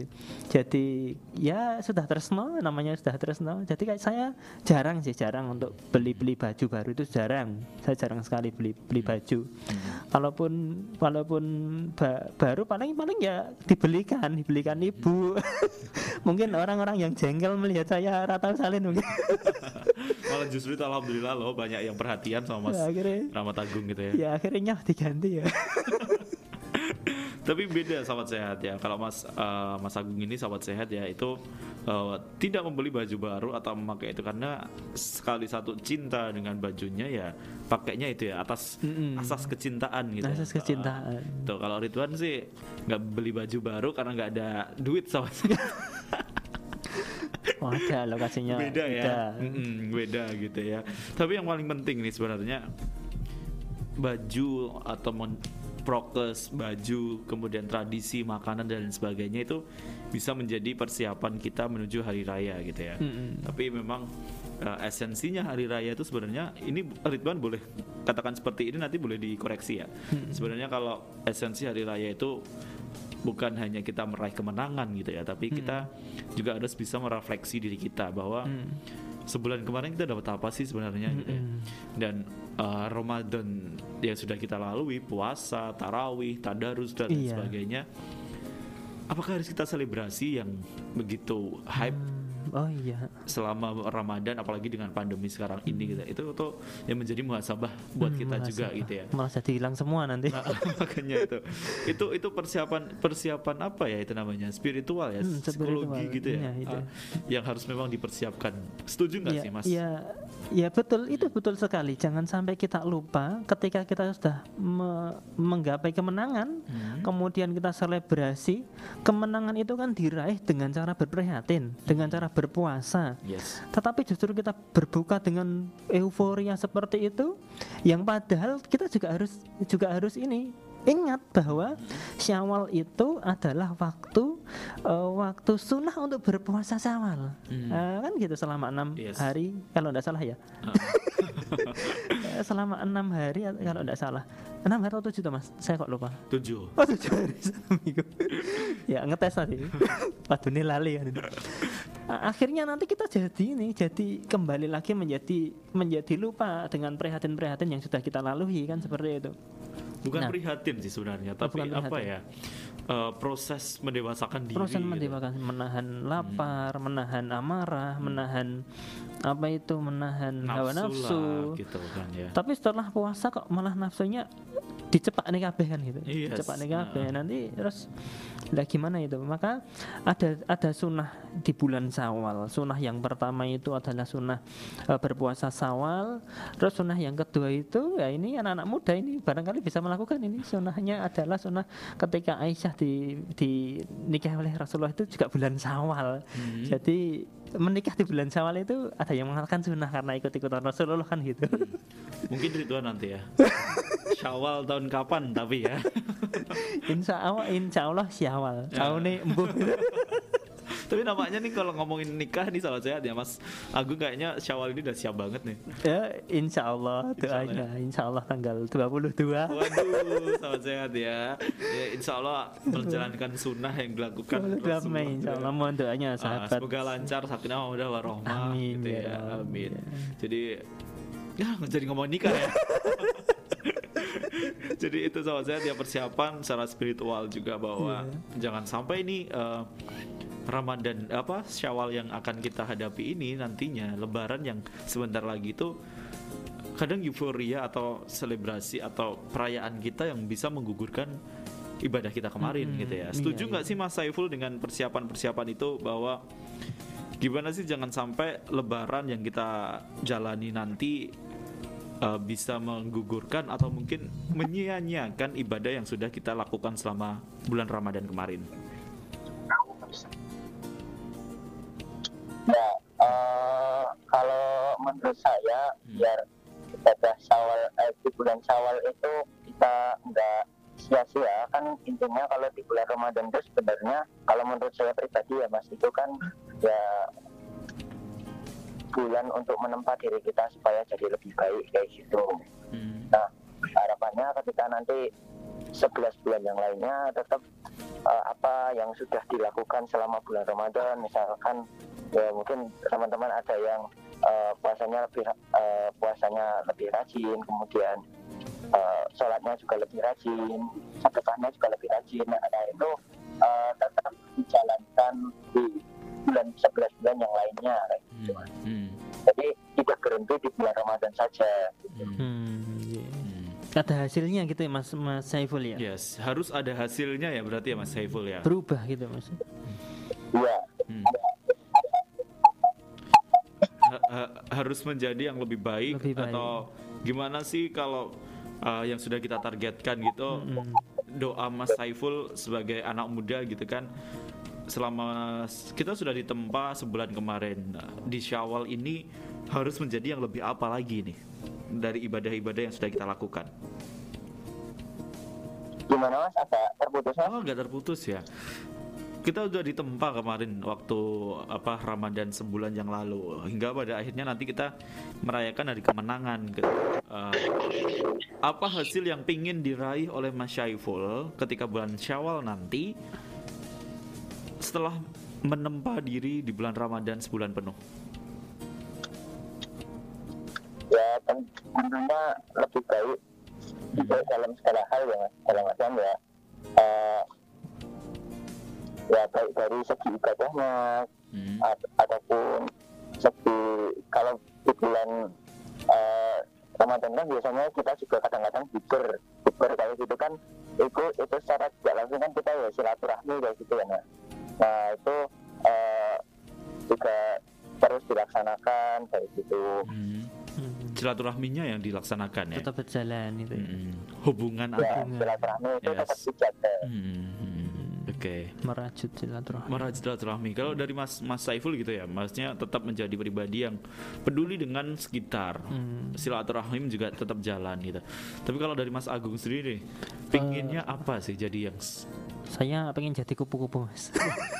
ya sudah tresno, namanya sudah tresno. Jadi kayak saya jarang untuk beli baju baru itu jarang. Saya jarang sekali beli baju. Walaupun baru paling ya dibelikan ibu. Mungkin orang-orang yang jengkel melihat saya rata salin mungkin. Malah justru itu alhamdulillah loh banyak yang perhatian sama Mas Rahmat Agung gitu ya. Ya akhirnya diganti ya. Tapi beda sahabat sehat ya. Kalau Mas Agung ini sahabat sehat ya, itu tidak membeli baju baru atau memakai itu karena sekali satu cinta dengan bajunya ya pakainya itu ya atas asas kecintaan gitu. Asas kecintaan. Tuh kalau Ridwan sih nggak beli baju baru karena nggak ada duit sahabat sehat. Wah, ada lokasinya beda ya. Beda gitu ya. Tapi yang paling penting nih sebenarnya baju atau prokes, baju, kemudian tradisi, makanan dan sebagainya itu bisa menjadi persiapan kita menuju hari raya gitu ya. Tapi memang esensinya hari raya itu sebenarnya, ini Ridwan boleh katakan seperti ini, nanti boleh dikoreksi ya. Sebenarnya kalau esensi hari raya itu bukan hanya kita meraih kemenangan gitu ya, tapi kita juga harus bisa merefleksi diri kita bahwa sebulan kemarin kita dapat apa sih sebenarnya gitu ya. Dan Ramadan yang sudah kita lalui, puasa, tarawih, tadarus dan sebagainya, apakah harus kita selebrasi yang begitu hype selama Ramadan, apalagi dengan pandemi sekarang ini gitu. Itu tuh yang menjadi muhasabah buat kita juga gitu ya. Malah jadi hilang semua nanti. Makanya itu persiapan apa ya itu namanya, spiritual ya, psikologi gitu ya, yang harus memang dipersiapkan. Setuju nggak sih Mas? Ya betul, itu betul sekali. Jangan sampai kita lupa ketika kita sudah menggapai kemenangan, kemudian kita selebrasi. Kemenangan itu kan diraih dengan cara berprihatin, dengan cara berpuasa. Tetapi justru kita berbuka dengan euforia seperti itu, yang padahal kita juga harus ingat bahwa Syawal itu adalah waktu sunnah untuk berpuasa Syawal. Kan gitu selama 6 hari kalau tidak salah ya. Selama 6 hari kalau tidak salah. 6 hari atau 7 tuh Mas? Saya kok lupa. 7. Oh 7 hari seminggu. Ya ngetes tadi. Waduh ini lali kan. akhirnya nanti kita jadi kembali lagi menjadi lupa dengan prihatin-prihatin yang sudah kita lalui kan seperti itu. Bukan prihatin sih sebenarnya, tapi apa ya? Proses mendewasakan diri. Proses mendewasakan, menahan lapar, menahan amarah, menahan menahan hawa nafsu. Gitu kan ya. Tapi setelah puasa kok malah nafsunya dicepak nih kabeh kan gitu. Yes. Dicepak nih kabeh. Nanti terus lah gimana itu? Maka ada sunnah di bulan Syawal. Sunnah yang pertama itu adalah sunnah berpuasa Syawal. Terus sunnah yang kedua itu ya ini anak-anak muda ini barangkali bisa melakukan ini. Sunnahnya adalah sunnah ketika Aisyah di nikah oleh Rasulullah itu juga bulan Syawal. Jadi menikah di bulan Syawal itu ada yang mengatakan sunnah karena ikut-ikutan Rasulullah kan gitu. Mungkin Ridwan nanti ya. Syawal tahun kapan tapi ya. Insya Allah Syawal. Tahunnya embuh. Tapi nampaknya nih kalau ngomongin nikah nih salah sehat ya Mas Agung, kayaknya Syawal ini udah siap banget nih. Ya insya Allah doanya. Insya Allah tanggal 22. Waduh, salah sehat ya. Insya Allah menjalankan sunnah yang dilakukan Rasulullah. Insya Allah mohon doanya sahabat. Semoga lancar, sakinah mawaddah warahmah. Amin gitu ya. Amin. Jadi ya jadi ngomongin nikah ya. Jadi itu sahabat sehat ya, persiapan secara spiritual juga bahwa jangan sampai ini Ramadan Syawal yang akan kita hadapi ini nantinya Lebaran yang sebentar lagi itu kadang euforia atau selebrasi atau perayaan kita yang bisa menggugurkan ibadah kita kemarin gitu ya. Setuju nggak sih Mas Saiful dengan persiapan itu bahwa gimana sih jangan sampai Lebaran yang kita jalani nanti bisa menggugurkan atau mungkin menyia-nyiakan ibadah yang sudah kita lakukan selama bulan Ramadan kemarin? Ya, kalau menurut saya biar ibadah Syawal di bulan Syawal itu kita nggak sia-sia kan, intinya kalau di bulan Ramadan itu sebenarnya kalau menurut saya pribadi ya Mas, itu kan ya bulan untuk menempa diri kita supaya jadi lebih baik kayak gitu. Nah harapannya ketika nanti 11 bulan yang lainnya tetap apa yang sudah dilakukan selama bulan Ramadan, misalkan ya mungkin teman-teman ada yang puasanya lebih rajin, kemudian sholatnya juga lebih rajin, sedekahnya juga lebih rajin. Nah itu tetap dijalankan di bulan 11 bulan yang lainnya gitu. Jadi tidak berhenti di bulan Ramadan saja gitu. Ada hasilnya gitu ya Mas Saiful ya? Yes, harus ada hasilnya ya berarti ya Mas Saiful ya. Berubah gitu Mas. Iya. Harus menjadi yang lebih baik. Atau gimana sih kalau yang sudah kita targetkan gitu, doa Mas Saiful sebagai anak muda gitu kan, selama kita sudah ditempa sebulan kemarin, di Syawal ini harus menjadi yang lebih apa lagi nih dari ibadah-ibadah yang sudah kita lakukan? Gimana Mas? Agak terputus Mas? Agak terputus ya. Kita udah ditempa kemarin waktu Ramadan sebulan yang lalu, hingga pada akhirnya nanti kita merayakan hari kemenangan gitu. Apa hasil yang pingin diraih oleh Mas Saiful ketika bulan Syawal nanti setelah menempa diri di bulan Ramadan sebulan penuh? Ya tentunya lebih baik dalam segala hal ya, dalam artian ya ya baik dari segi ibadahnya ataupun segi, kalau di bulan Ramadan kan biasanya kita juga kadang-kadang bibur kayak gitu kan, itu secara tidak langsung kan kita ya silaturahmi kayak gitu ya. Nah itu juga terus dilaksanakan kayak gitu. Silaturahminya yang dilaksanakan ya. Tetap berjalan itu. Hubungan ya, silaturahmi itu tetap dijaga. Oke. Merajut silaturahmi. Kalau dari Mas Saiful gitu ya, Masnya tetap menjadi pribadi yang peduli dengan sekitar. Silaturahim juga tetap jalan gitu. Tapi kalau dari Mas Agung sendiri, pinginnya apa sih jadi yang? Saya pengen jadi kupu-kupu Mas.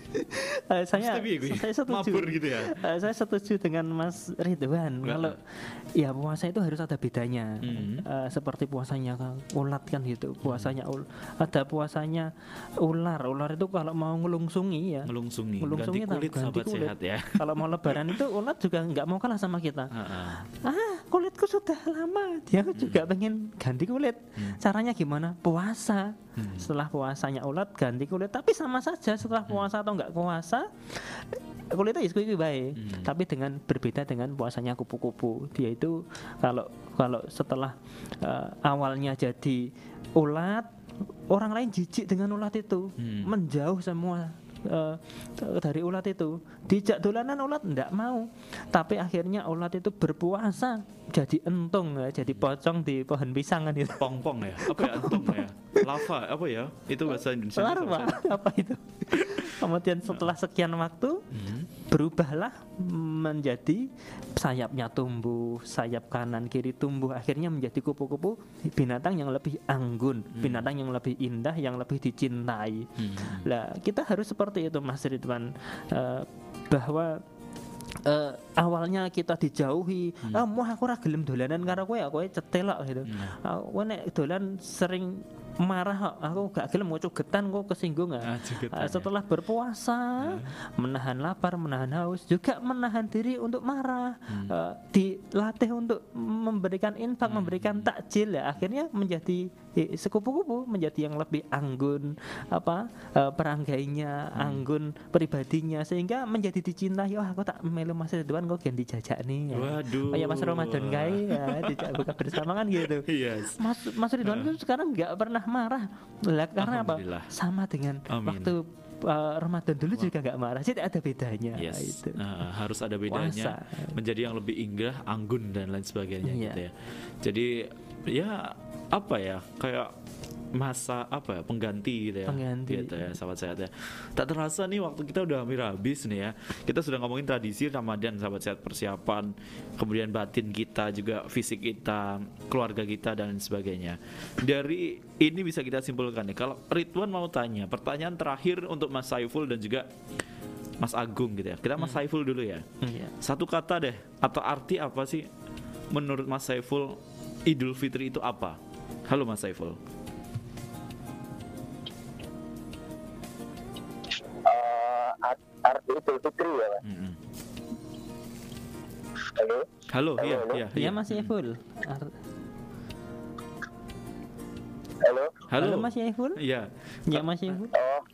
Saya setuju. Mabur gitu ya. Saya setuju dengan Mas Ridwan. Kalau ya puasa itu harus ada bedanya. Seperti puasanya ulat kan gitu. Puasanya ada puasanya ular. Ular itu kalau mau ngelungsungi ganti kulit sahabat sehat ya. Kalau mau lebaran itu ulat juga nggak mau kalah sama kita. Kulitku sudah lama, dia juga pengen ganti kulit. Caranya gimana? Puasa. Setelah puasanya ulat ganti kulit, tapi sama saja setelah puasa atau nggak puasa kulitnya itu baik. Tapi dengan berbeda dengan puasanya kupu-kupu. Dia itu kalau setelah awalnya jadi ulat, orang lain jijik dengan ulat itu, menjauh semua dari ulat itu. Dijak dolanan ulat enggak mau, tapi akhirnya ulat itu berpuasa jadi entung ya, jadi pocong di pohon pisang kan itu. Pong-pong ya, apa ya entung ya, lava apa ya, itu bahasa Indonesia larva apa itu. Kemudian setelah sekian waktu berubahlah menjadi sayapnya tumbuh, sayap kanan kiri tumbuh, akhirnya menjadi kupu-kupu, binatang yang lebih anggun, binatang yang lebih indah, yang lebih dicintai. Lah kita harus seperti itu Mas Ridwan, bahwa awalnya kita dijauhi, aku ora gelem dolanan karo kowe, kowe cetelok gitu. Kowe nek dolan sering marah, aku gak gelem mau cugetan kok kesinggung. Setelah berpuasa, menahan lapar, menahan haus, juga menahan diri untuk marah, dilatih untuk memberikan infak, memberikan takjil ya, akhirnya menjadi sekupu-kupu, menjadi yang lebih anggun peranggainya, anggun pribadinya, sehingga menjadi dicintai. Aku tak melu Mas Ridwan kok gen dijajak nih. Waduh. Ya Mas Ramadan kae ya dijak buka bersama kan gitu. Yes. Mas Ridwan itu sekarang enggak pernah marah. Lah karena apa? Sama dengan waktu Ramadan dulu juga enggak marah. Jadi ada bedanya. Yes. Itu. Harus ada bedanya. Puasa. Menjadi yang lebih indah, anggun dan lain sebagainya gitu ya. Jadi ya apa ya, kayak masa pengganti gitu ya, gitu ya sahabat sehat ya. Tak terasa nih waktu kita udah hampir habis nih ya. Kita sudah ngomongin tradisi Ramadan sahabat sehat, persiapan, kemudian batin kita juga, fisik kita, keluarga kita dan sebagainya. Dari ini bisa kita simpulkan nih, kalau Ridwan mau tanya pertanyaan terakhir untuk Mas Saiful dan juga Mas Agung gitu ya. Kita Mas Saiful dulu ya. Satu kata deh, atau arti apa sih menurut Mas Saiful Idul Fitri itu apa? Halo Mas Saiful. Arti Idul Fitri ya Mas. Halo, iya Mas Saiful. Halo Mas Saiful. Iya. Ya Mas Saiful.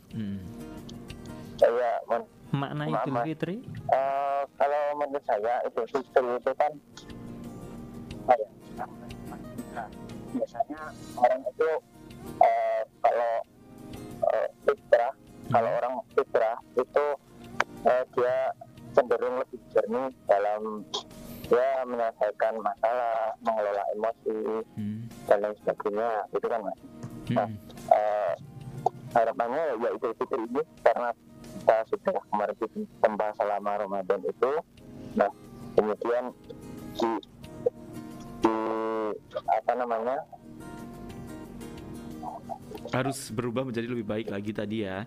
Saya makna Idul Fitri. Kalau menurut saya Idul Fitri itu kan biasanya orang itu kalau fitrah, kalau orang fitrah itu dia cenderung lebih jernih dalam menyelesaikan masalah, mengelola emosi dan lain sebagainya, itu kan Mas. Nah, harapannya ya Idul Fitri ini karena kita sudah kemarin ditambah selama Ramadan itu, nah kemudian di harus berubah menjadi lebih baik lagi tadi ya.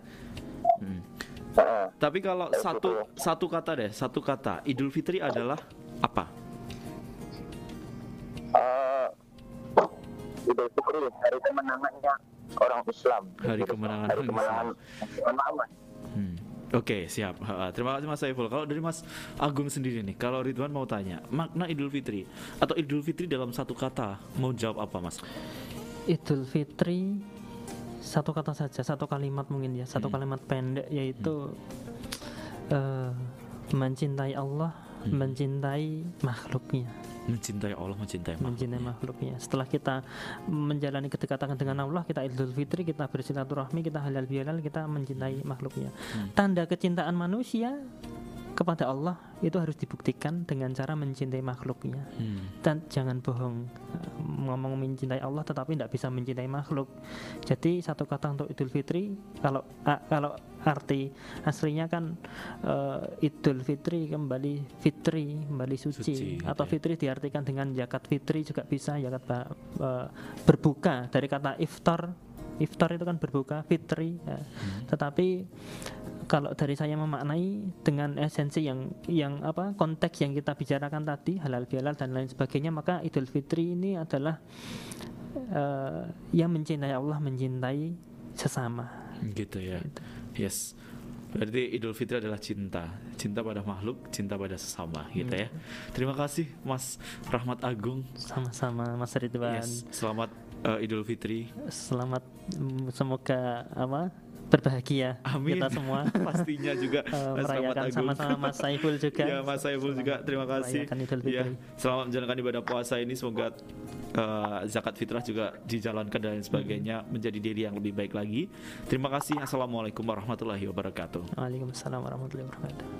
Tapi kalau satu kata Idul Fitri adalah apa? Idul Fitri hari kemenangannya orang Islam. Hari kemenangan Islam. Oke, siap. Terima kasih Mas Saiful. Kalau dari Mas Agung sendiri nih, kalau Ridwan mau tanya makna Idul Fitri atau Idul Fitri dalam satu kata, mau jawab apa Mas? Idul Fitri satu kata saja, satu kalimat mungkin ya, satu kalimat pendek, yaitu mencintai Allah, mencintai makhluknya. Mencintai Allah, mencintai makhluknya. Setelah kita menjalani kedekatan dengan Allah, kita Idul Fitri, kita bersilaturahmi, kita halal bihalal, kita mencintai makhluknya. Tanda kecintaan manusia kepada Allah itu harus dibuktikan dengan cara mencintai makhluknya. Dan jangan bohong, ngomong mencintai Allah tetapi tidak bisa mencintai makhluk. Jadi satu kata untuk Idul Fitri, kalau arti aslinya kan Idul Fitri kembali suci atau fitri diartikan dengan zakat fitri juga bisa, zakat berbuka dari kata iftar itu kan berbuka, fitri ya. Tetapi kalau dari saya memaknai dengan esensi yang apa, konteks yang kita bicarakan tadi, halal bihalal dan lain sebagainya, maka Idul Fitri ini adalah yang mencintai Allah, mencintai sesama. Gitu ya. Gitu. Yes. Berarti Idul Fitri adalah cinta pada makhluk, cinta pada sesama, gitu ya. Terima kasih Mas Rahmat Agung. Sama-sama Mas Ridwan. Yes. Selamat Idul Fitri. Selamat, semoga berbahagia. Amin. Kita semua. Pastinya juga merayakan sama-sama Mas Saiful juga. Ya, Mas Saiful juga. Terima kasih. Ya, selamat menjalankan ibadah puasa ini. Semoga zakat fitrah juga dijalankan dan lain sebagainya, menjadi diri yang lebih baik lagi. Terima kasih. Assalamualaikum warahmatullahi wabarakatuh. Waalaikumsalam warahmatullahi wabarakatuh.